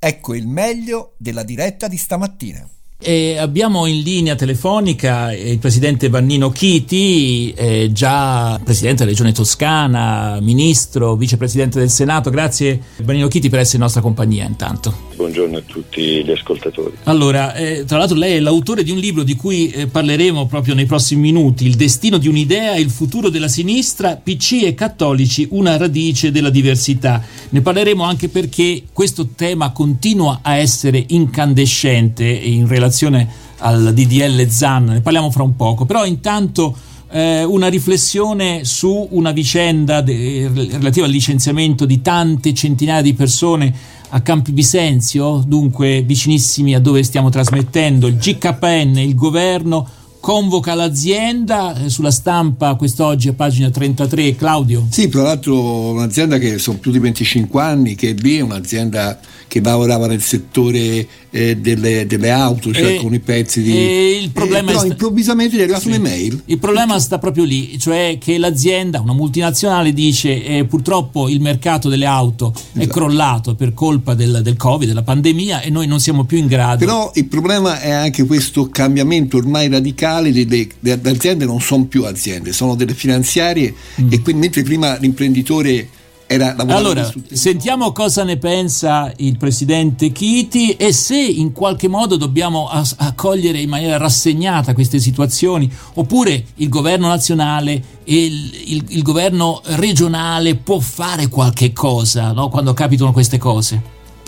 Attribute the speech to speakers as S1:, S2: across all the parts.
S1: Ecco il meglio della diretta di stamattina.
S2: E abbiamo in linea telefonica il presidente Vannino Chiti, già presidente della Regione Toscana, ministro, vicepresidente del Senato. Grazie Vannino Chiti per essere in nostra compagnia intanto.
S3: Buongiorno a tutti gli ascoltatori.
S2: Allora, tra l'altro lei è l'autore di un libro di cui parleremo proprio nei prossimi minuti, Il destino di un'idea, il futuro della sinistra, PC e cattolici, una radice della diversità. Ne parleremo anche perché questo tema continua a essere incandescente in relazione al DDL Zan, ne parliamo fra un poco, però intanto una riflessione su una vicenda relativa al licenziamento di tante centinaia di persone a Campi Bisenzio, dunque vicinissimi a dove stiamo trasmettendo. Il GKN, il governo convoca l'azienda, sulla Stampa quest'oggi a pagina 33. Claudio?
S4: Sì, tra l'altro un'azienda che sono più di 25 anni, che è un'azienda che lavorava nel settore delle auto, cioè con i pezzi di...
S2: il problema
S4: però improvvisamente gli è arrivata un'email.
S2: Il problema sta proprio lì, cioè che l'azienda, una multinazionale, dice purtroppo il mercato delle auto è crollato per colpa del Covid, della pandemia, e noi non siamo più in grado.
S4: Però il problema è anche questo cambiamento ormai radicale, le aziende non sono più aziende, sono delle finanziarie, e quindi mentre prima l'imprenditore era...
S2: Allora, sentiamo cosa ne pensa il presidente Chiti e se in qualche modo dobbiamo accogliere in maniera rassegnata queste situazioni, oppure il governo nazionale e il governo regionale può fare qualche cosa, no? Quando capitano queste cose.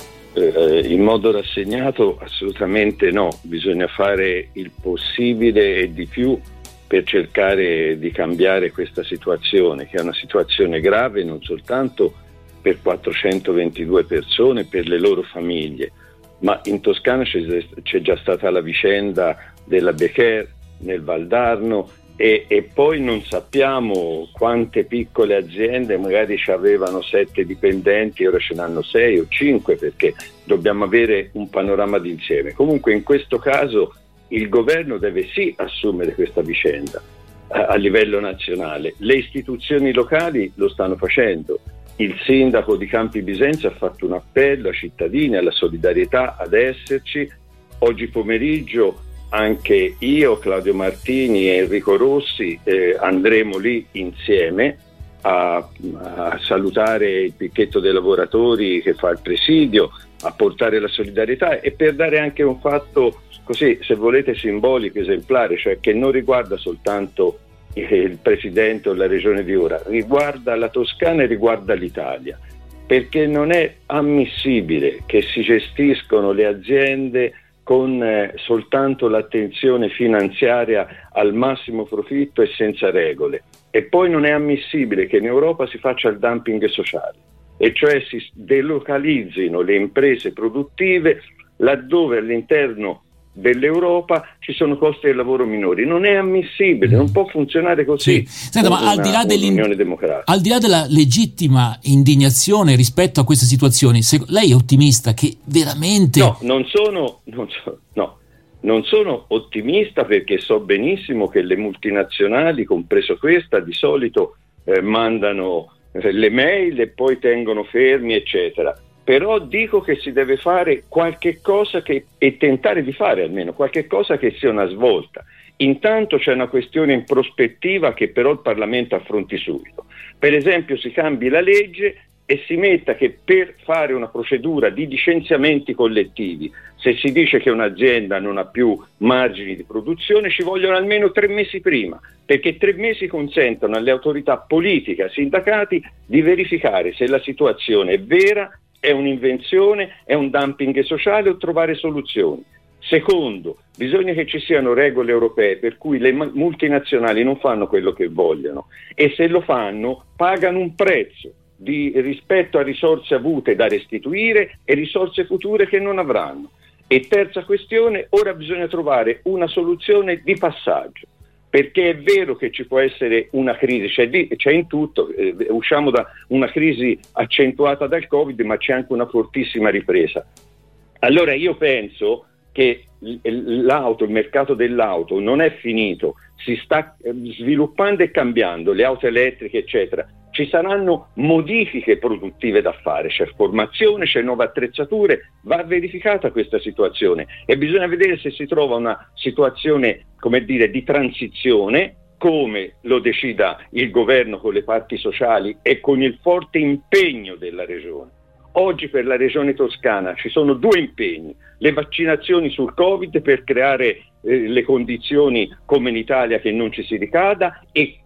S3: In modo rassegnato assolutamente no, bisogna fare il possibile e di più per cercare di cambiare questa situazione, che è una situazione grave non soltanto per 422 persone, per le loro famiglie, ma in Toscana c'è già stata la vicenda della Becher nel Valdarno, e poi non sappiamo quante piccole aziende magari ci avevano 7 dipendenti e ora ce n'hanno 6 o 5, perché dobbiamo avere un panorama d'insieme. Comunque in questo caso il governo deve sì assumere questa vicenda a livello nazionale, le istituzioni locali lo stanno facendo. Il sindaco di Campi Bisenzio ha fatto un appello ai cittadini, alla solidarietà, ad esserci. Oggi pomeriggio anche io, Claudio Martini e Enrico Rossi andremo lì insieme a salutare il picchetto dei lavoratori che fa il presidio, a portare la solidarietà e per dare anche un fatto così, se volete, simbolico, esemplare, cioè che non riguarda soltanto il presidente o la regione di ora, riguarda la Toscana e riguarda l'Italia, perché non è ammissibile che si gestiscono le aziende con soltanto l'attenzione finanziaria al massimo profitto e senza regole. E poi non è ammissibile che in Europa si faccia il dumping sociale, e cioè si delocalizzino le imprese produttive laddove all'interno dell'Europa ci sono costi del lavoro minori. Non è ammissibile, non può funzionare così.
S2: Sì. Senta, ma al di là al di là della legittima indignazione rispetto a queste situazioni, lei è ottimista che veramente...
S3: No, non sono ottimista, perché so benissimo che le multinazionali, compreso questa, di solito mandano le mail e poi tengono fermi, eccetera. Però dico che si deve fare qualche cosa e tentare di fare almeno qualche cosa che sia una svolta. Intanto c'è una questione in prospettiva che però il Parlamento affronti subito. Per esempio si cambi la legge e si metta che per fare una procedura di licenziamenti collettivi, se si dice che un'azienda non ha più margini di produzione, ci vogliono almeno 3 mesi prima, perché 3 mesi consentono alle autorità politiche, ai sindacati, di verificare se la situazione è vera, è un'invenzione, è un dumping sociale o trovare soluzioni. Secondo, bisogna che ci siano regole europee per cui le multinazionali non fanno quello che vogliono, e se lo fanno pagano un prezzo rispetto a risorse avute da restituire e risorse future che non avranno. E terza questione, ora bisogna trovare una soluzione di passaggio, perché è vero che ci può essere una crisi, c'è in tutto, usciamo da una crisi accentuata dal Covid, ma c'è anche una fortissima ripresa. Allora io penso che il mercato dell'auto non è finito, si sta sviluppando e cambiando, le auto elettriche eccetera. ci saranno modifiche produttive da fare, c'è formazione, c'è nuove attrezzature, va verificata questa situazione e bisogna vedere se si trova una situazione, come dire, di transizione, come lo decida il governo con le parti sociali e con il forte impegno della regione. Oggi per la regione Toscana ci sono 2 impegni: le vaccinazioni sul Covid per creare le condizioni come in Italia che non ci si ricada, e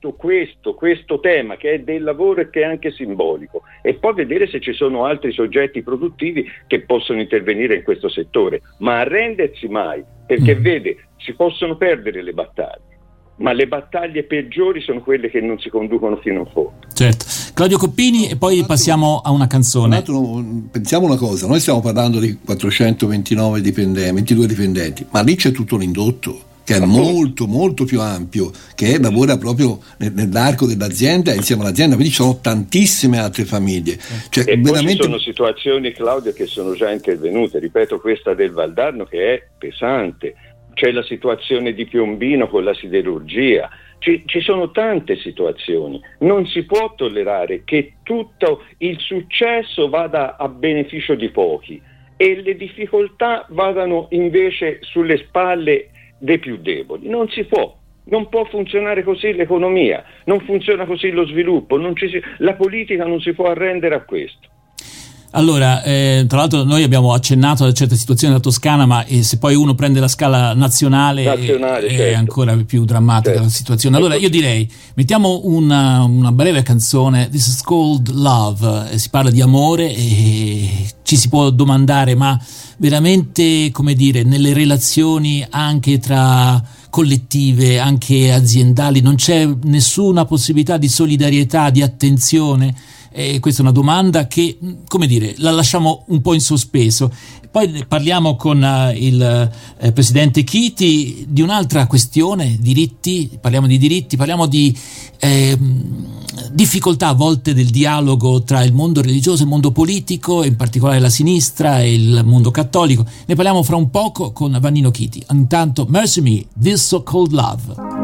S3: questo tema che è del lavoro e che è anche simbolico, e poi vedere se ci sono altri soggetti produttivi che possono intervenire in questo settore, ma arrendersi mai, perché vede, si possono perdere le battaglie, ma le battaglie peggiori sono quelle che non si conducono fino in fondo.
S2: Certo. Claudio Coppini, e poi passiamo a una canzone.
S4: Pensiamo una cosa, noi stiamo parlando di 429 22 dipendenti, ma lì c'è tutto l'indotto che è molto molto più ampio, che lavora proprio nell'arco dell'azienda insieme all'azienda, quindi ci sono tantissime altre famiglie. Cioè,
S3: e
S4: veramente...
S3: poi ci sono situazioni, Claudio, che sono già intervenute, ripeto, questa del Valdarno che è pesante. C'è la situazione di Piombino con la siderurgia, ci sono tante situazioni, non si può tollerare che tutto il successo vada a beneficio di pochi e le difficoltà vadano invece sulle spalle dei più deboli. Non si può, non può funzionare così l'economia, non funziona così lo sviluppo, la politica non si può arrendere a questo.
S2: Allora, tra l'altro noi abbiamo accennato a certe situazioni della Toscana, ma se poi uno prende la scala nazionale è
S3: certo,
S2: ancora più drammatica, certo, la situazione. Allora io direi, mettiamo una breve canzone, This is Called Love, si parla di amore e ci si può domandare, ma veramente, come dire, nelle relazioni anche tra collettive, anche aziendali, non c'è nessuna possibilità di solidarietà, di attenzione? E questa è una domanda che, come dire, la lasciamo un po' in sospeso. Poi parliamo con il presidente Chiti di un'altra questione, parliamo di difficoltà a volte del dialogo tra il mondo religioso e il mondo politico, in particolare la sinistra e il mondo cattolico. Ne parliamo fra un poco con Vannino Chiti. Intanto, Mercy Me, This So Called Love.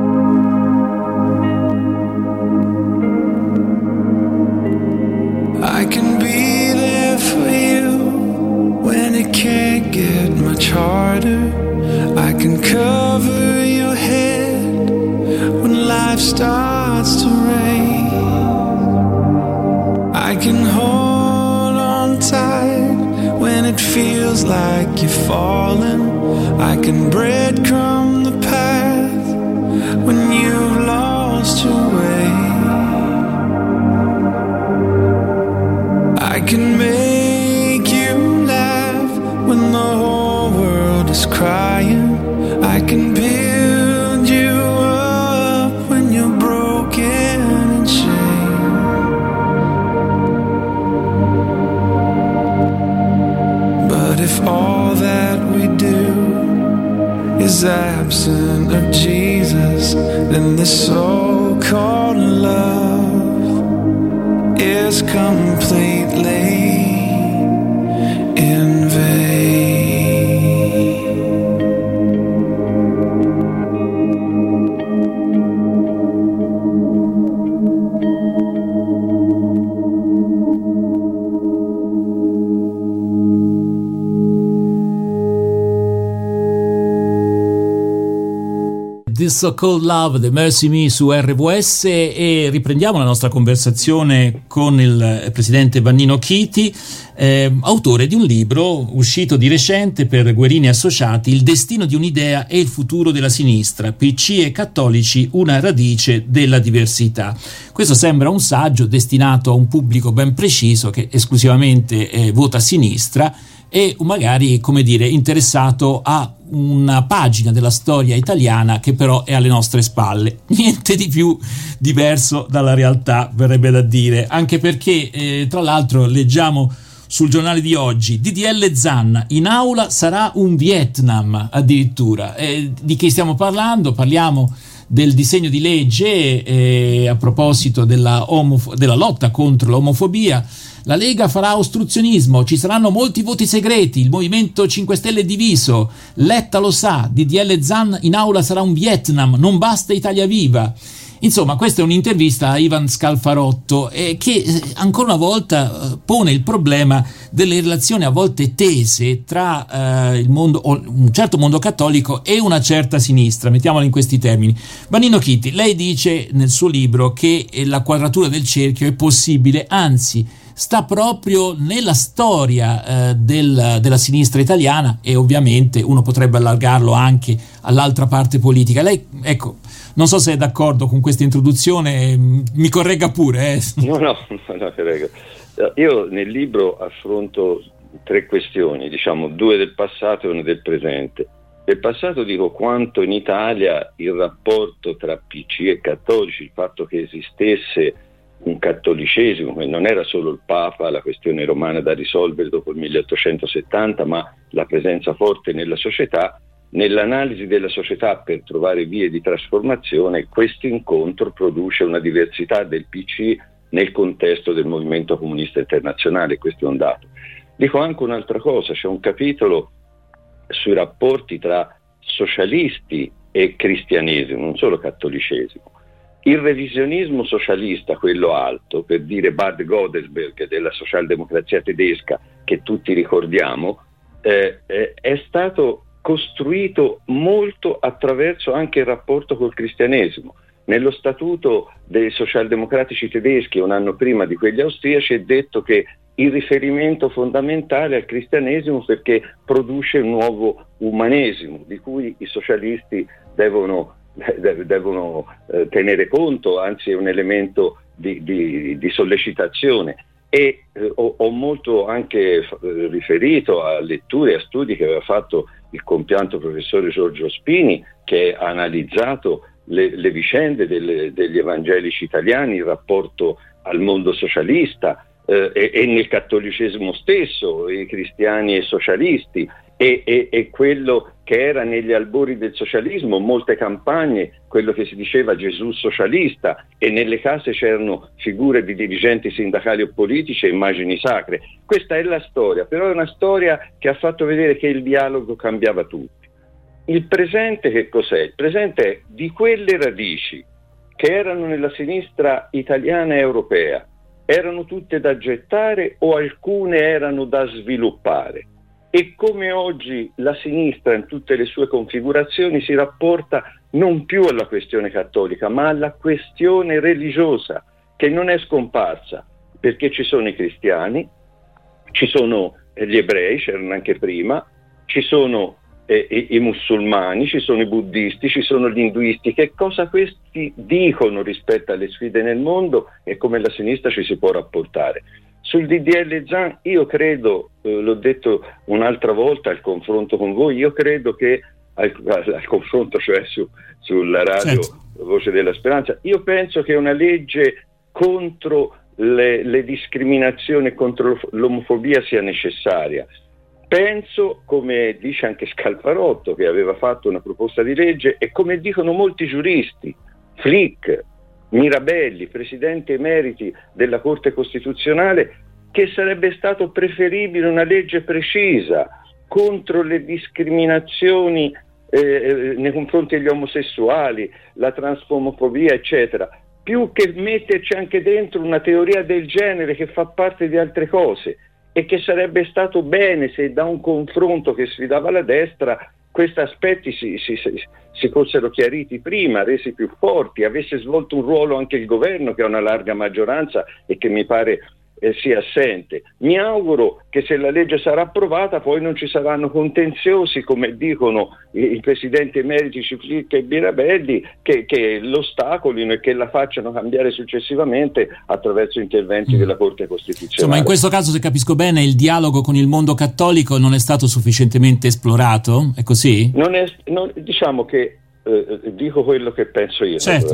S5: I can be there for you when it can't get much harder. I can cover your head when life starts to rain. I can hold on tight when it feels like you're falling. I can breadcrumb the path when you've lost your way. I can make you laugh when the whole world is crying. I can build you up when you're broken and shamed. But if all that we do is absent of Jesus, then this so-called love is completely in vain.
S2: This So Called Love, The Mercy Me su RVS, e riprendiamo la nostra conversazione con il presidente Vannino Chiti, autore di un libro uscito di recente per Guerini Associati, Il destino di un'idea e il futuro della sinistra, PC e cattolici, una radice della diversità. Questo sembra un saggio destinato a un pubblico ben preciso che esclusivamente vota a sinistra e magari, come dire, interessato a una pagina della storia italiana che però è alle nostre spalle. Niente di più diverso dalla realtà, verrebbe da dire, anche perché tra l'altro leggiamo sul giornale di oggi: DDL Zan, in aula sarà un Vietnam addirittura. Di che stiamo parlando? Parliamo del disegno di legge a proposito della lotta contro l'omofobia. La Lega farà ostruzionismo, ci saranno molti voti segreti, il Movimento 5 Stelle è diviso, Letta lo sa, DDL Zan in aula sarà un Vietnam, non basta Italia Viva. Insomma, questa è un'intervista a Ivan Scalfarotto che ancora una volta pone il problema delle relazioni a volte tese tra il mondo, o un certo mondo cattolico e una certa sinistra, mettiamola in questi termini. Vannino Chitti, lei dice nel suo libro che la quadratura del cerchio è possibile, anzi sta proprio nella storia della sinistra italiana, e ovviamente uno potrebbe allargarlo anche all'altra parte politica. Lei, ecco, non so se è d'accordo con questa introduzione, mi corregga pure.
S3: No, prego. Io nel libro affronto 3 questioni, diciamo 2 del passato e 1 del presente. Del passato dico quanto in Italia il rapporto tra PC e cattolici, il fatto che esistesse un cattolicesimo, che non era solo il Papa, la questione romana da risolvere dopo il 1870, ma la presenza forte nella società. Nell'analisi della società per trovare vie di trasformazione, questo incontro produce una diversità del PC nel contesto del movimento comunista internazionale, questo è un dato. Dico anche un'altra cosa, c'è un capitolo sui rapporti tra socialisti e cristianesimo, non solo cattolicesimo. Il revisionismo socialista, quello alto, per dire Bad Godesberg della socialdemocrazia tedesca, che tutti ricordiamo, è stato costruito molto attraverso anche il rapporto col cristianesimo. Nello statuto dei socialdemocratici tedeschi, un anno prima di quelli austriaci, è detto che il riferimento fondamentale al cristianesimo perché produce un nuovo umanesimo di cui i socialisti devono tenere conto, anzi è un elemento di sollecitazione. E ho molto anche riferito a letture e a studi che aveva fatto il compianto professore Giorgio Spini, che ha analizzato le vicende degli evangelici italiani, il rapporto al mondo socialista e nel cattolicesimo stesso, i cristiani e socialisti, e quello che era negli albori del socialismo, molte campagne, quello che si diceva Gesù socialista, e nelle case c'erano figure di dirigenti sindacali o politici e immagini sacre. Questa è la storia, però è una storia che ha fatto vedere che il dialogo cambiava tutti. Il presente che cos'è? Il presente è di quelle radici che erano nella sinistra italiana e europea, erano tutte da gettare o alcune erano da sviluppare? E come oggi la sinistra in tutte le sue configurazioni si rapporta non più alla questione cattolica, ma alla questione religiosa, che non è scomparsa, perché ci sono i cristiani, ci sono gli ebrei, c'erano anche prima, ci sono i musulmani, ci sono i buddisti, ci sono gli induisti. Che cosa questi dicono rispetto alle sfide nel mondo e come la sinistra ci si può rapportare? Sul DDL Zan io credo, l'ho detto un'altra volta al confronto con voi, io credo che al confronto, cioè sulla radio Voce della Speranza, io penso che una legge contro le discriminazioni, contro l'omofobia sia necessaria. Penso, come dice anche Scalfarotto, che aveva fatto una proposta di legge, e come dicono molti giuristi, Flick, Mirabelli, presidente emeriti della Corte Costituzionale, che sarebbe stato preferibile una legge precisa contro le discriminazioni nei confronti degli omosessuali, la transfobia, eccetera, più che metterci anche dentro una teoria del genere che fa parte di altre cose, e che sarebbe stato bene se da un confronto che sfidava la destra questi aspetti si fossero chiariti prima, resi più forti, avesse svolto un ruolo anche il governo, che ha una larga maggioranza e che mi pare sia assente. Mi auguro che se la legge sarà approvata poi non ci saranno contenziosi, come dicono i presidenti emeriti Flick e Mirabelli, che l'ostacolino e che la facciano cambiare successivamente attraverso interventi della Corte Costituzionale.
S2: Insomma, in questo caso, se capisco bene, il dialogo con il mondo cattolico non è stato sufficientemente esplorato? È così?
S3: Diciamo che dico quello che penso io.
S2: Certo.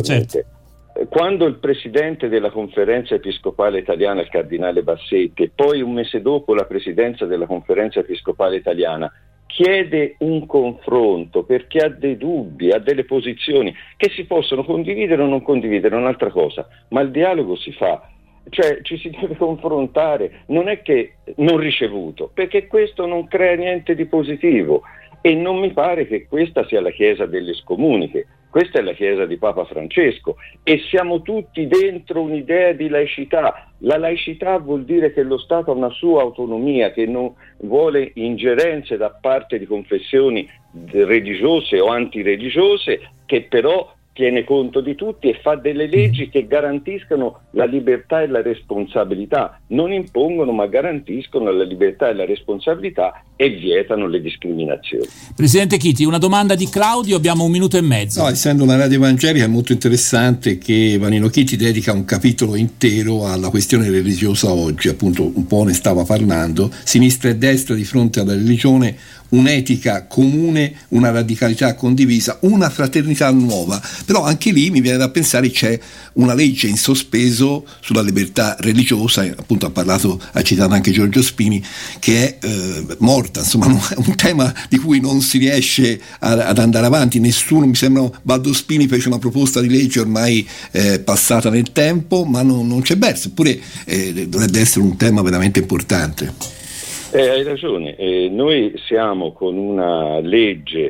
S3: Quando il presidente della Conferenza Episcopale Italiana, il cardinale Bassetti, e poi un mese dopo la presidenza della Conferenza Episcopale Italiana, chiede un confronto perché ha dei dubbi, ha delle posizioni che si possono condividere o non condividere, è un'altra cosa, ma il dialogo si fa, cioè ci si deve confrontare, non è che non ricevuto, perché questo non crea niente di positivo, e non mi pare che questa sia la Chiesa delle scomuniche. Questa è la Chiesa di Papa Francesco e siamo tutti dentro un'idea di laicità. La laicità vuol dire che lo Stato ha una sua autonomia, che non vuole ingerenze da parte di confessioni religiose o antireligiose, che però tiene conto di tutti e fa delle leggi che garantiscono la libertà e la responsabilità, non impongono ma garantiscono la libertà e la responsabilità e vietano le discriminazioni.
S2: Presidente Chiti, una domanda di Claudio, abbiamo 1 minuto e mezzo.
S4: No, essendo una radio evangelica è molto interessante che Vannino Chiti dedica un capitolo intero alla questione religiosa oggi, appunto un po' ne stava parlando, sinistra e destra di fronte alla religione, un'etica comune, una radicalità condivisa, una fraternità nuova. Però anche lì mi viene da pensare c'è una legge in sospeso sulla libertà religiosa, appunto ha citato anche Giorgio Spini, che è morta, insomma è un tema di cui non si riesce ad andare avanti, nessuno, mi sembra Baldo Spini fece una proposta di legge ormai passata nel tempo, ma non c'è verso, eppure dovrebbe essere un tema veramente importante.
S3: Hai ragione, noi siamo con una legge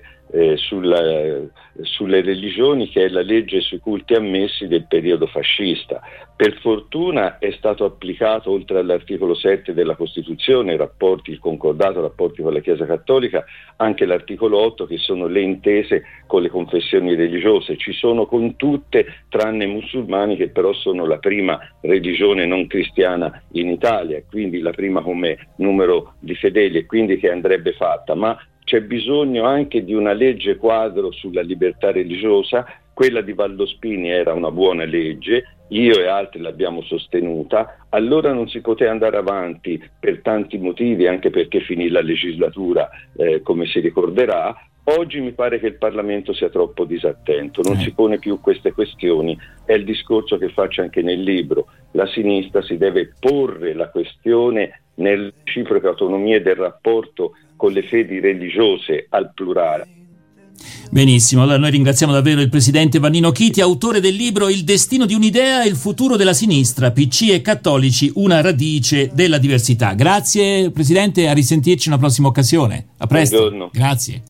S3: sulle religioni che è la legge sui culti ammessi del periodo fascista. Per fortuna è stato applicato, oltre all'articolo 7 della Costituzione, il concordato, rapporti con la Chiesa Cattolica, anche l'articolo 8 che sono le intese con le confessioni religiose. Ci sono con tutte, tranne i musulmani, che però sono la prima religione non cristiana in Italia, quindi la prima come numero di fedeli e quindi che andrebbe fatta, ma c'è bisogno anche di una legge quadro sulla libertà religiosa. Quella di Baldo Spini era una buona legge, io e altri l'abbiamo sostenuta, allora non si poteva andare avanti per tanti motivi, anche perché finì la legislatura, come si ricorderà. Oggi mi pare che il Parlamento sia troppo disattento, non si pone più queste questioni, è il discorso che faccio anche nel libro. La sinistra si deve porre la questione nelle reciproche autonomie del rapporto con le fedi religiose al plurale.
S2: Benissimo, allora noi ringraziamo davvero il presidente Vannino Chiti, autore del libro Il destino di un'idea e il futuro della sinistra, PC e cattolici, una radice della diversità. Grazie presidente, a risentirci in una prossima occasione. A presto.
S3: Buongiorno.
S2: Grazie.